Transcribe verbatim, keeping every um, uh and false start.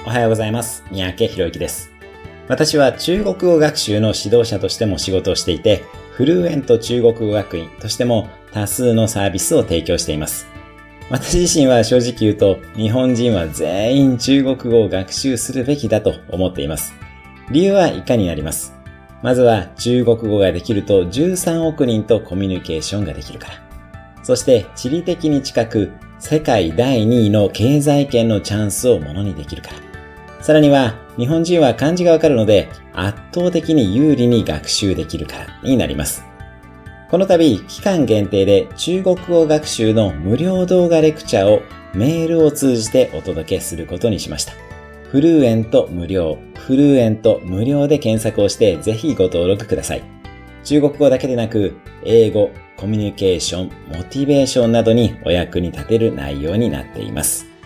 おはようございます。三宅宏之です。私は中国語学習の指導者としても仕事をしていて、フルーエント中国語学院としても多数のサービスを提供しています。私自身は正直言うと、日本人は全員中国語を学習するべきだと思っています。理由は以下になります。まずは中国語ができるとじゅうさんおくにんとコミュニケーションができるから。そして地理的に近く、世界だいにいの経済圏のチャンスをものにできるから。さらには日本人は漢字がわかるので圧倒的に有利に学習できるからになります。この度期間限定で中国語学習の無料動画レクチャーをメールを通じてお届けすることにしました。フルーエント無料、フルーエント無料で検索をしてぜひご登録ください。中国語だけでなく英語、コミュニケーション、モチベーションなどにお役に立てる内容になっています。